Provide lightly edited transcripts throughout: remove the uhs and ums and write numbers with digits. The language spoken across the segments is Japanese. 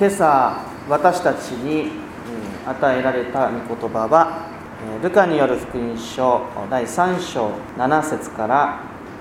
今朝私たちに与えられた御言葉はルカによる福音書第3章7節から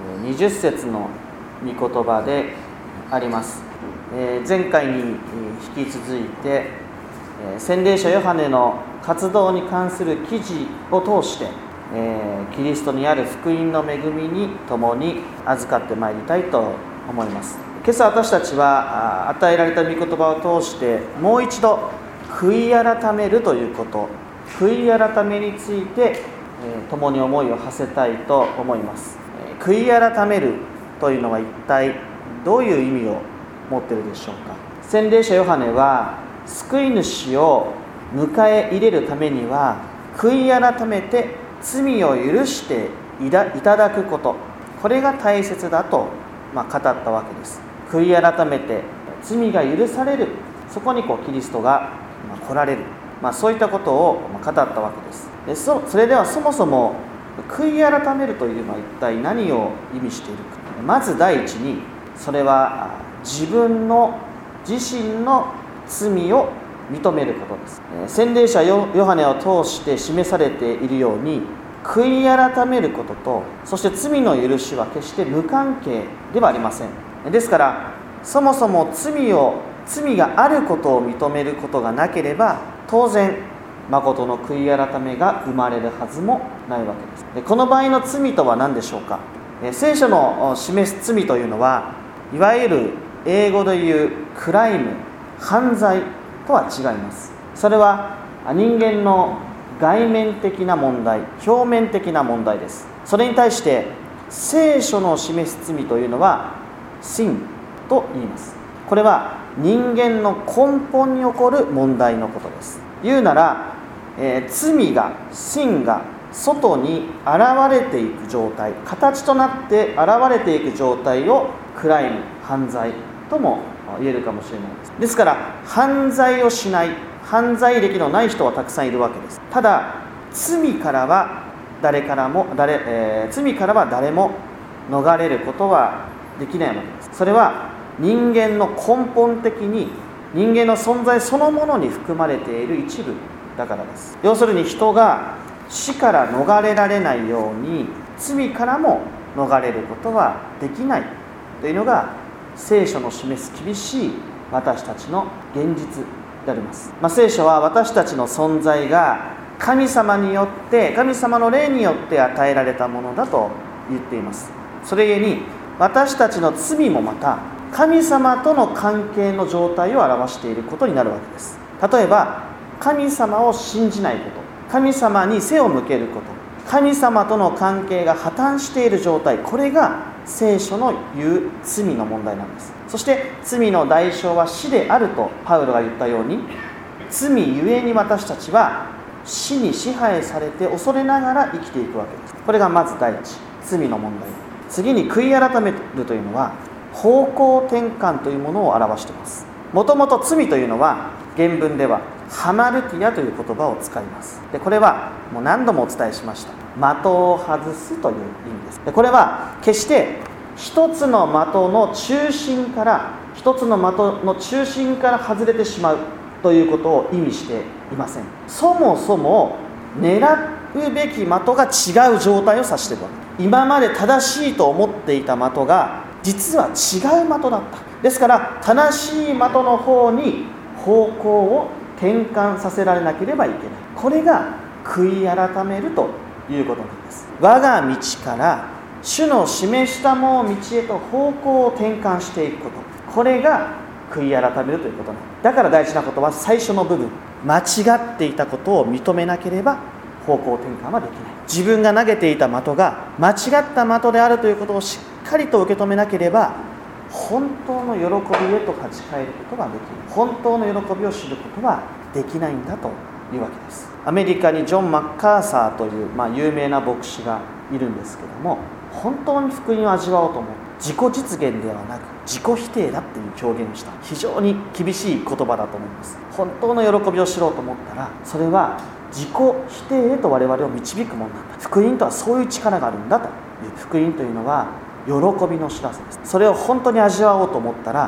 20節の御言葉であります。前回に引き続いて洗礼者ヨハネの活動に関する記事を通してキリストにある福音の恵みに共に預かってまいりたいと思います。今朝私たちは与えられた御言葉を通してもう一度悔い改めるということ、悔い改めについて共に思いを馳せたいと思います。悔い改めるというのは一体どういう意味を持っているでしょうか。洗礼者ヨハネは救い主を迎え入れるためには悔い改めて罪を許していただくこと、これが大切だと語ったわけです。悔い改めて罪が許される、そこにキリストが来られる、そういったことを語ったわけです。それではそもそも悔い改めるというのは一体何を意味しているか。まず第一に、それは自分の自身の罪を認めることです。洗礼者ヨハネを通して示されているように、悔い改めることとそして罪の許しは決して無関係ではありません。ですからそもそも罪があることを認めることがなければ、当然誠の悔い改めが生まれるはずもないわけです。でこの場合の罪とは何でしょうか。聖書の示す罪というのは、いわゆる英語で言うクライム、犯罪とは違います。それは人間の外面的な問題、表面的な問題です。それに対して聖書の示す罪というのはsinと言います。これは人間の根本に起こる問題のことです。言うなら、罪が、sinが外に現れていく状態、形となって現れていく状態をクライム、犯罪とも言えるかもしれないです。ですから犯罪をしない、犯罪歴のない人はたくさんいるわけです。ただ罪からは誰も逃れることはできないわけです。それは人間の根本的に、人間の存在そのものに含まれている一部だからです。要するに人が死から逃れられないように、罪からも逃れることはできないというのが聖書の示す厳しい私たちの現実であります。聖書は私たちの存在が神様によって、神様の霊によって与えられたものだと言っています。それゆえに私たちの罪もまた神様との関係の状態を表していることになるわけです。例えば神様を信じないこと、神様に背を向けること、神様との関係が破綻している状態、これが聖書の言う罪の問題なんです。そして罪の代償は死であるとパウロが言ったように、罪ゆえに私たちは死に支配されて恐れながら生きていくわけです。これがまず第一、罪の問題。次に悔い改めるというのは方向転換というものを表しています。もともと罪というのは原文ではハマルティアという言葉を使います。でこれはもう何度もお伝えしました、的を外すという意味です。でこれは決して一つの的の中心から外れてしまうということを意味していません。そもそも狙うべき的が違う状態を指しているわけ。今まで正しいと思っていた的が実は違う的だった。ですから正しい的の方に方向を転換させられなければいけない。これが悔い改めるということなんです。我が道から主の示したもの道へと方向を転換していくこと、これが悔い改めるということなんです。だから大事なことは最初の部分、間違っていたことを認めなければ方向転換はできない。自分が投げていた的が間違った的であるということをしっかりと受け止めなければ、本当の喜びへと立ち返ることはできない。本当の喜びを知ることはできないんだというわけです。アメリカにジョン・マッカーサーという、有名な牧師がいるんですけども、本当に福音を味わおうと思って自己実現ではなく自己否定だっていう表現をした、非常に厳しい言葉だと思います。本当の喜びを知ろうと思ったら、それは自己否定へと我々を導くものなんだ。福音とはそういう力があるんだという。福音というのは喜びの知らせです。それを本当に味わおうと思ったら、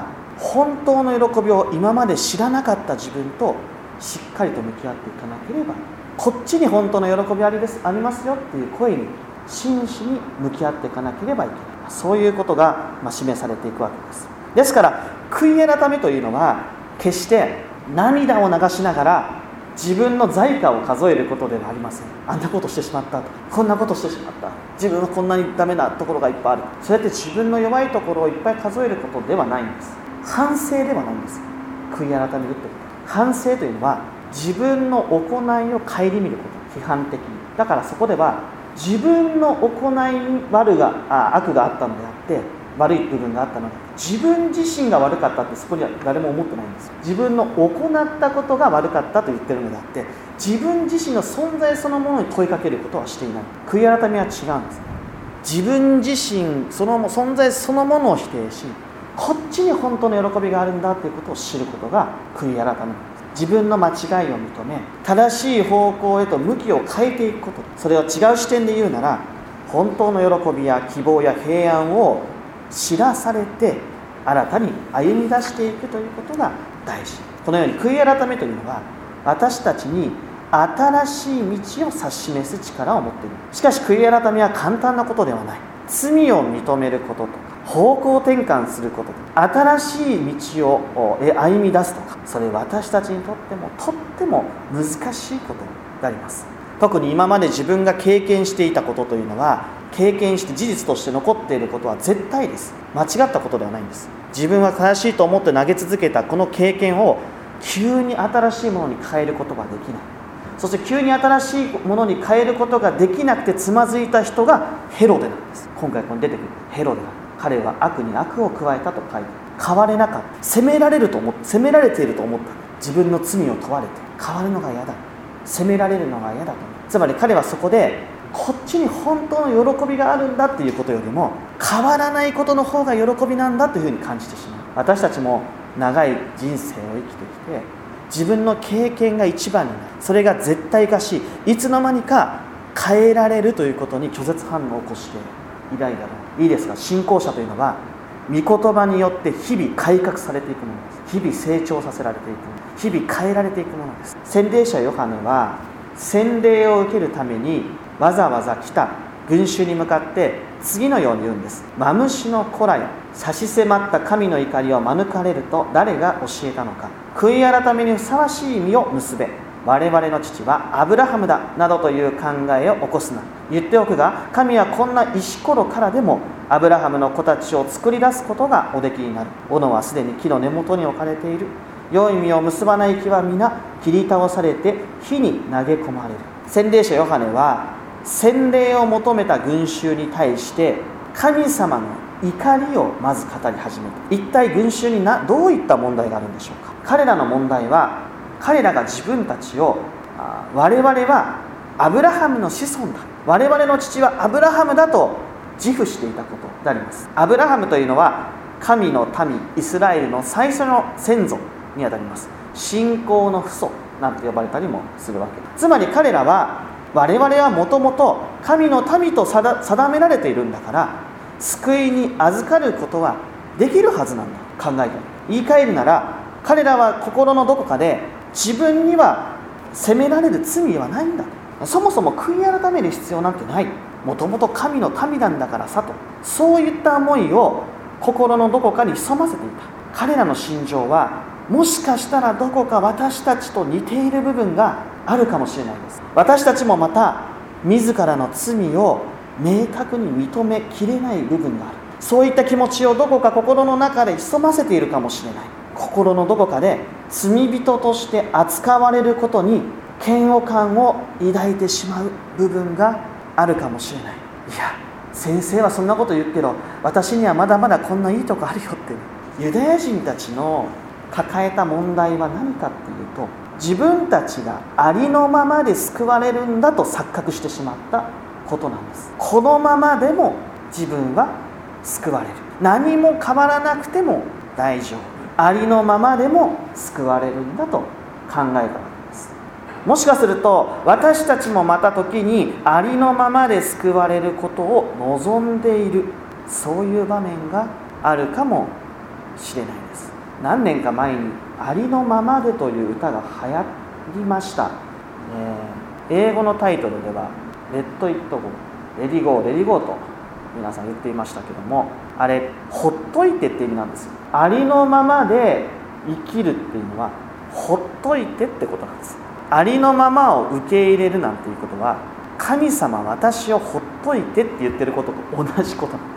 本当の喜びを今まで知らなかった自分としっかりと向き合っていかなければ、こっちに本当の喜びありますよっていう声に真摯に向き合っていかなければいけない、そういうことが示されていくわけです。ですから悔い改めというのは決して涙を流しながら自分の罪過を数えることではありません。あんなことしてしまったとか、こんなことしてしまった、自分はこんなにダメなところがいっぱいある、そうやって自分の弱いところをいっぱい数えることではないんです。反省ではないんです。悔い改めるという反省というのは自分の行いを顧みること、批判的に。だからそこでは自分の行いに悪が悪があったのであって、悪い部分があったので、自分自身が悪かったってそこには誰も思ってないんです。自分の行ったことが悪かったと言ってるのであって、自分自身の存在そのものに問いかけることはしていない。悔い改めは違うんです。自分自身その存在そのものを否定し、こっちに本当の喜びがあるんだということを知ることが悔い改めなんです。自分の間違いを認め、正しい方向へと向きを変えていくこと、それを違う視点で言うなら、本当の喜びや希望や平安を知らされて新たに歩み出していくということが大事。このように悔い改めというのは私たちに新しい道を指し示す力を持っている。しかし悔い改めは簡単なことではない。罪を認めることとか方向転換することとか新しい道を歩み出すとか、それ私たちにとっても難しいことであります。特に今まで自分が経験していたことというのは、経験して事実として残っていることは絶対です。間違ったことではないんです。自分が正しいと思って投げ続けたこの経験を急に新しいものに変えることができない。そして急に新しいものに変えることができなくてつまずいた人がヘロデなんです。今回ここに出てくるヘロデだ。彼は悪に悪を加えたと書いて、変われなかった。責められていると思った。自分の罪を問われて変わるのが嫌だ、責められるのが嫌だと。つまり彼はそこでこっちに本当の喜びがあるんだということよりも、変わらないことの方が喜びなんだというふうに感じてしまう。私たちも長い人生を生きてきて、自分の経験が一番になる、それが絶対化し、いつの間にか変えられるということに拒絶反応を起こしていないだろう。いいですか、信仰者というのは御言葉によって日々改革されていくものです。日々成長させられていくもの、日々変えられていくものです。洗礼者ヨハネは洗礼を受けるためにわざわざ来た群衆に向かって次のように言うんです。マムシの子らよ、差し迫った神の怒りを免れると誰が教えたのか。悔い改めにふさわしい実を結べ。我々の父はアブラハムだなどという考えを起こすな。言っておくが、神はこんな石ころからでもアブラハムの子たちを作り出すことがおできになる。斧はすでに木の根元に置かれている。良い実を結ばない木は皆切り倒されて火に投げ込まれる。洗礼者ヨハネは洗礼を求めた群衆に対して神様の怒りをまず語り始めた。一体群衆にどういった問題があるんでしょうか。彼らの問題は、彼らが自分たちを我々はアブラハムの子孫だ、我々の父はアブラハムだと自負していたことであります。アブラハムというのは神の民イスラエルの最初の先祖にあたります。信仰の父祖なんて呼ばれたりもするわけ。つまり彼らは、我々はもともと神の民と定められているんだから、救いに預かることはできるはずなんだと考えた。言い換えるなら、彼らは心のどこかで自分には責められる罪はないんだと、そもそも悔い改める必要なんてない、もともと神の民なんだからさと、そういった思いを心のどこかに潜ませていた。彼らの心情はもしかしたらどこか私たちと似ている部分があるかもしれないです。私たちもまた自らの罪を明確に認めきれない部分がある。そういった気持ちをどこか心の中で潜ませているかもしれない。心のどこかで罪人として扱われることに嫌悪感を抱いてしまう部分があるかもしれない。いや、先生はそんなこと言うけど、私にはまだまだこんないいとこあるよって。ユダヤ人たちの抱えた問題は何かっていうと、自分たちがありのままで救われるんだと錯覚してしまったことなんです。このままでも自分は救われる、何も変わらなくても大丈夫、ありのままでも救われるんだと考えたわけです。もしかすると私たちもまた時にありのままで救われることを望んでいる、そういう場面があるかもしれないです。 何年か前にありのままでという歌が流行りました。英語のタイトルではレッド・イット・ゴー、レディ・ゴー、レディ・ゴーと皆さん言っていましたけども、あれほっといてって意味なんですよ。ありのままで生きるっていうのはほっといてってことなんです。ありのままを受け入れるなんていうことは、神様私をほっといてって言ってることと同じことなんです。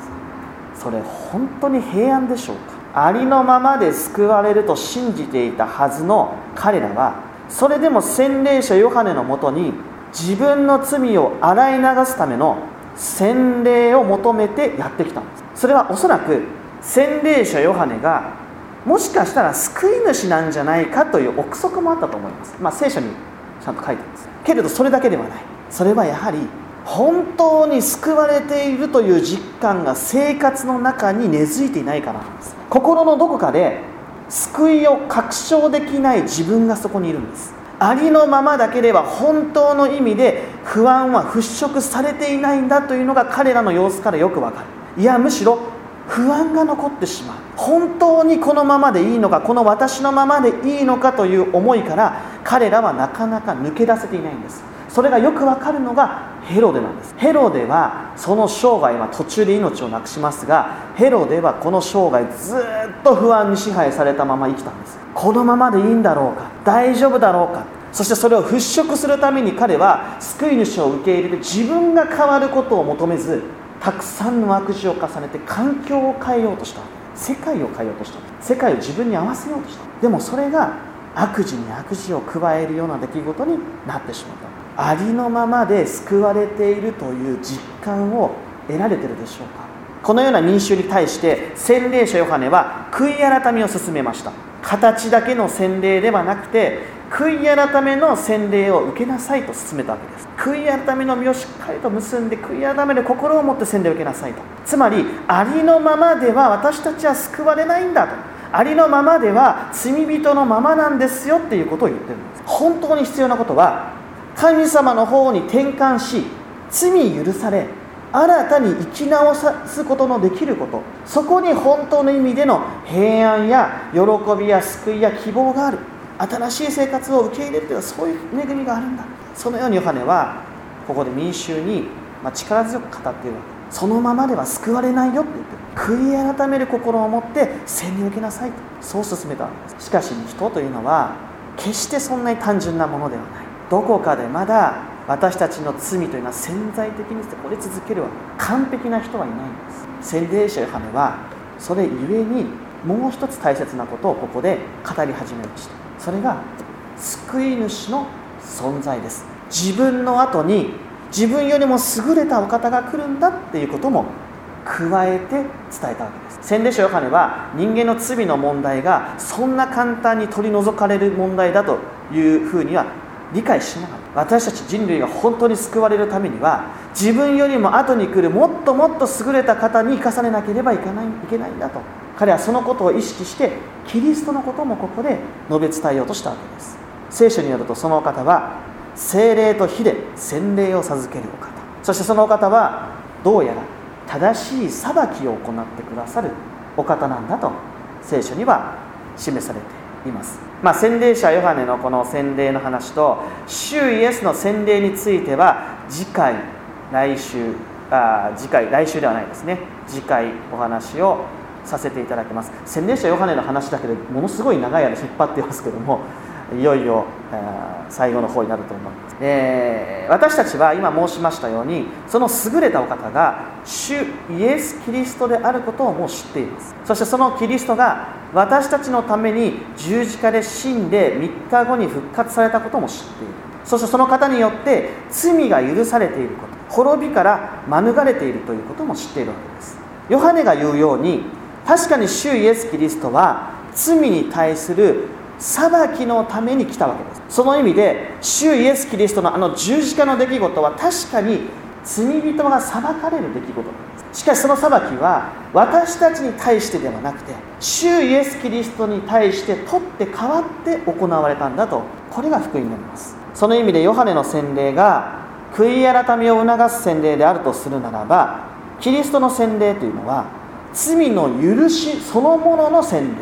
それ本当に平安でしょうか。ありのままで救われると信じていたはずの彼らは、それでも洗礼者ヨハネのもとに自分の罪を洗い流すための洗礼を求めてやってきたんです。それはおそらく洗礼者ヨハネがもしかしたら救い主なんじゃないかという憶測もあったと思います。聖書にちゃんと書いてますけれど、それだけではない。それはやはり本当に救われているという実感が生活の中に根付いていないからなんです。心のどこかで救いを確証できない自分がそこにいるんです。ありのままだけでは本当の意味で不安は払拭されていないんだというのが彼らの様子からよくわかる。いや、むしろ不安が残ってしまう。本当にこのままでいいのか、この私のままでいいのかという思いから彼らはなかなか抜け出せていないんです。それがよくわかるのがヘロデなんです。ヘロデはその生涯は途中で命をなくしますが、ヘロデはこの生涯ずっと不安に支配されたまま生きたんです。このままでいいんだろうか、大丈夫だろうか。そしてそれを払拭するために彼は救い主を受け入れて自分が変わることを求めず、たくさんの悪事を重ねて環境を変えようとした。世界を変えようとした。世界を自分に合わせようとした。でもそれが悪事に悪事を加えるような出来事になってしまった。ありのままで救われているという実感を得られているでしょうか。このような民衆に対して洗礼者ヨハネは悔い改めを進めました。形だけの洗礼ではなくて、悔い改めの洗礼を受けなさいと勧めたわけです。悔い改めの身をしっかりと結んで、悔い改める心を持って洗礼を受けなさいと。つまりありのままでは私たちは救われないんだと、ありのままでは罪人のままなんですよっていうことを言ってるんです。本当に必要なことは神様の方に転換し、罪許され新たに生き直すことのできること、そこに本当の意味での平安や喜びや救いや希望がある。新しい生活を受け入れるという、そういう恵みがあるんだ。そのようにヨハネはここで民衆に力強く語っているわけ。そのままでは救われないよって言ってる。悔い改める心を持って洗礼を受けなさいと、そう勧めたわけです。しかし人というのは決してそんなに単純なものではない。どこかでまだ私たちの罪というのは潜在的に起こり続けるわけ。完璧な人はいないんです。洗礼者ヨハネはそれゆえにもう一つ大切なことをここで語り始めました。それが救い主の存在です。自分の後に自分よりも優れたお方が来るんだっていうことも加えて伝えたわけです。洗礼者ヨハネは人間の罪の問題がそんな簡単に取り除かれる問題だというふうには理解しなかった。私たち人類が本当に救われるためには、自分よりも後に来るもっともっと優れた方に生かされなければいけないんだと、彼はそのことを意識してキリストのこともここで述べ伝えようとしたわけです。聖書によると、そのお方は聖霊と火で洗礼を授けるお方、そしてそのお方はどうやら正しい裁きを行ってくださるお方なんだと聖書には示されています。洗礼者ヨハネのこの洗礼の話と主イエスの洗礼については来週ではないですね、次回お話をさせていただきます。洗礼者ヨハネの話だけでものすごい長い間引っ張っていますけども、いよいよ最後の方になると思います。私たちは今申しましたように、その優れたお方が主イエス・キリストであることをもう知っています。そしてそのキリストが私たちのために十字架で死んで3日後に復活されたことも知っている。そしてその方によって罪が許されていること、滅びから免れているということも知っているわけです。ヨハネが言うように、確かに主イエス・キリストは罪に対する裁きのために来たわけです。その意味で主イエス・キリストの十字架の出来事は確かに罪人が裁かれる出来事なんです。しかしその裁きは私たちに対してではなくて、主イエス・キリストに対して取って代わって行われたんだと、これが福音になります。その意味でヨハネの洗礼が悔い改めを促す洗礼であるとするならば、キリストの洗礼というのは罪の許しそのものの洗礼、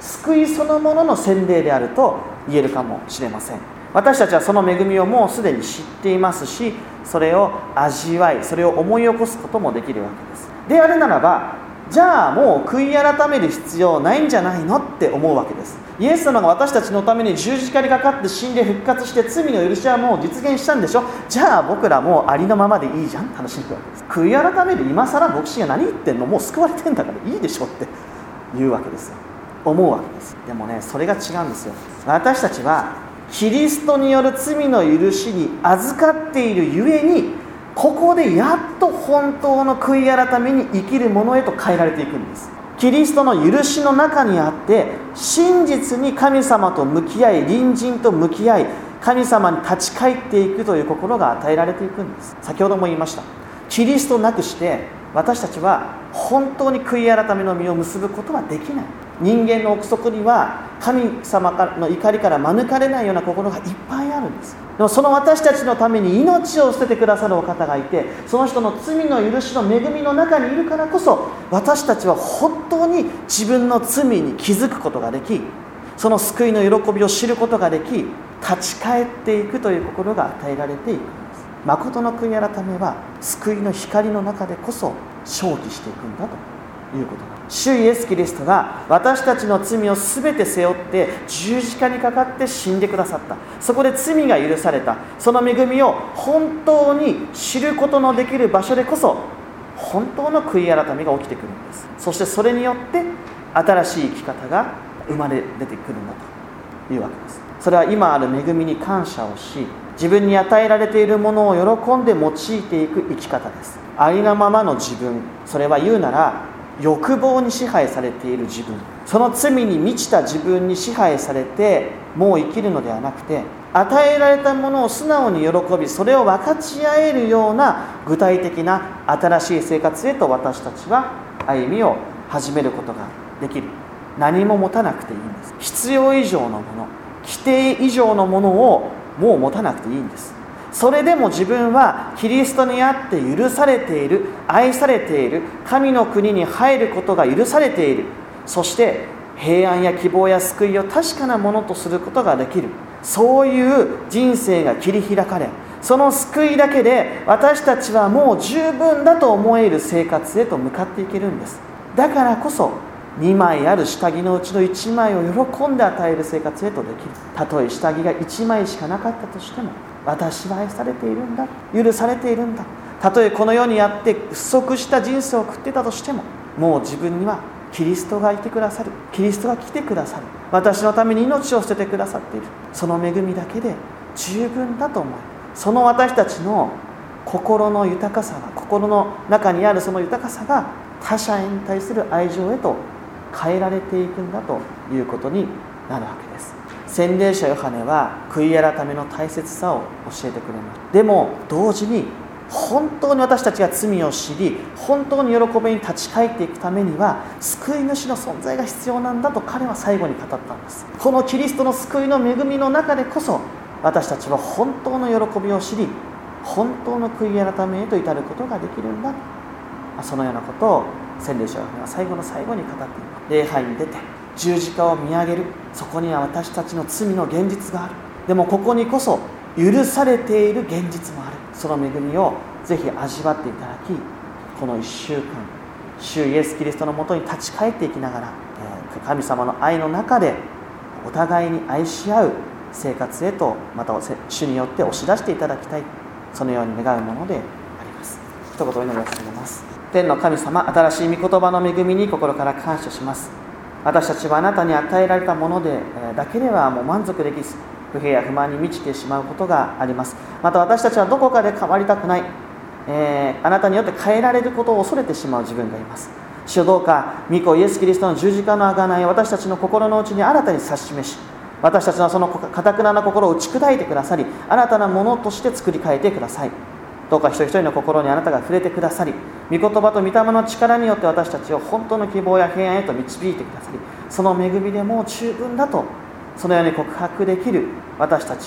救いそのものの洗礼であると言えるかもしれません。私たちはその恵みをもうすでに知っていますし、それを味わい、それを思い起こすこともできるわけです。であるならば、じゃあもう悔い改める必要ないんじゃないのって思うわけです。イエス様が私たちのために十字架にかかって死んで復活して罪の許しはもう実現したんでしょ。じゃあ僕らもうありのままでいいじゃんって話になるわけです。悔い改める今更牧師が何言ってんの、もう救われてんだからいいでしょって言うわけですよ。思うわけです。でもね、それが違うんですよ。私たちはキリストによる罪の許しに預かっているゆえに、ここでやっと本当の悔い改めに生きるものへと変えられていくんです。キリストの許しの中にあって真実に神様と向き合い、隣人と向き合い、神様に立ち返っていくという心が与えられていくんです。先ほども言いました。キリストなくして私たちは本当に悔い改めの実を結ぶことはできない。人間の奥底には神様の怒りから免れないような心がいっぱいあるんです。でもその私たちのために命を捨ててくださるお方がいて、その人の罪の許しの恵みの中にいるからこそ、私たちは本当に自分の罪に気づくことができ、その救いの喜びを知ることができ、立ち返っていくという心が与えられていくんです。誠の悔い改めは救いの光の中でこそ生起していくんだということです。主イエスキリストが私たちの罪を全て背負って十字架にかかって死んでくださった。そこで罪が許された。その恵みを本当に知ることのできる場所でこそ本当の悔い改めが起きてくるんです。そしてそれによって新しい生き方が生まれ出てくるんだというわけです。それは今ある恵みに感謝をし、自分に与えられているものを喜んで用いていく生き方です。ありのままの自分、それは言うなら欲望に支配されている自分、その罪に満ちた自分に支配されてもう生きるのではなくて、与えられたものを素直に喜び、それを分かち合えるような具体的な新しい生活へと私たちは歩みを始めることができる。何も持たなくていいんです。必要以上のもの、規定以上のものをもう持たなくていいんです。それでも自分はキリストにあって許されている、愛されている、神の国に入ることが許されている、そして平安や希望や救いを確かなものとすることができる、そういう人生が切り開かれ、その救いだけで私たちはもう十分だと思える生活へと向かっていけるんです。だからこそ2枚ある下着のうちの1枚を喜んで与える生活へとできる。たとえ下着が1枚しかなかったとしても、私は愛されているんだ、許されているんだ。たとえこの世にあって不足した人生を送っていたとしても、もう自分にはキリストがいてくださる、キリストが来てくださる、私のために命を捨ててくださっている、その恵みだけで十分だと思い、その私たちの心の豊かさが、心の中にあるその豊かさが他者に対する愛情へと変えられていくんだということになるわけです。洗礼者ヨハネは悔い改めの大切さを教えてくれます。でも同時に本当に私たちが罪を知り、本当に喜びに立ち返っていくためには救い主の存在が必要なんだと彼は最後に語ったんです。このキリストの救いの恵みの中でこそ私たちは本当の喜びを知り、本当の悔い改めへと至ることができるんだ。そのようなことを洗礼者ヨハネは最後の最後に語っています。礼拝に出て十字架を見上げる、そこには私たちの罪の現実がある。でもここにこそ許されている現実もある。その恵みをぜひ味わっていただき、この1週間主イエスキリストのもとに立ち返っていきながら、神様の愛の中でお互いに愛し合う生活へと、また主によって押し出していただきたい、そのように願うものであります。一言お祈りを捧げます。天の神様、新しい御言葉の恵みに心から感謝します。私たちはあなたに与えられたものでだけではもう満足できず、不平や不満に満ちてしまうことがあります。また私たちはどこかで変わりたくない、あなたによって変えられることを恐れてしまう自分がいます。主よ、どうか御子イエスキリストの十字架の贖いを私たちの心の内に新たに指し示し、私たちのその堅な心を打ち砕いてくださり、新たなものとして作り変えてください。どうか一人一人の心にあなたが触れてくださり、御言葉と御霊の力によって私たちを本当の希望や平安へと導いてくださり、その恵みでもう十分だと、そのように告白できる私たち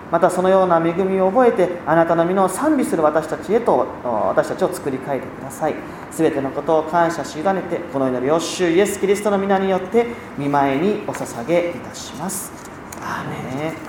またそのような恵みを覚えてあなたの皆を賛美する私たちを作り変えてください。すべてのことを感謝し委ねて、この祈りを主イエスキリストの皆によって御前にお捧げいたします。アーメン。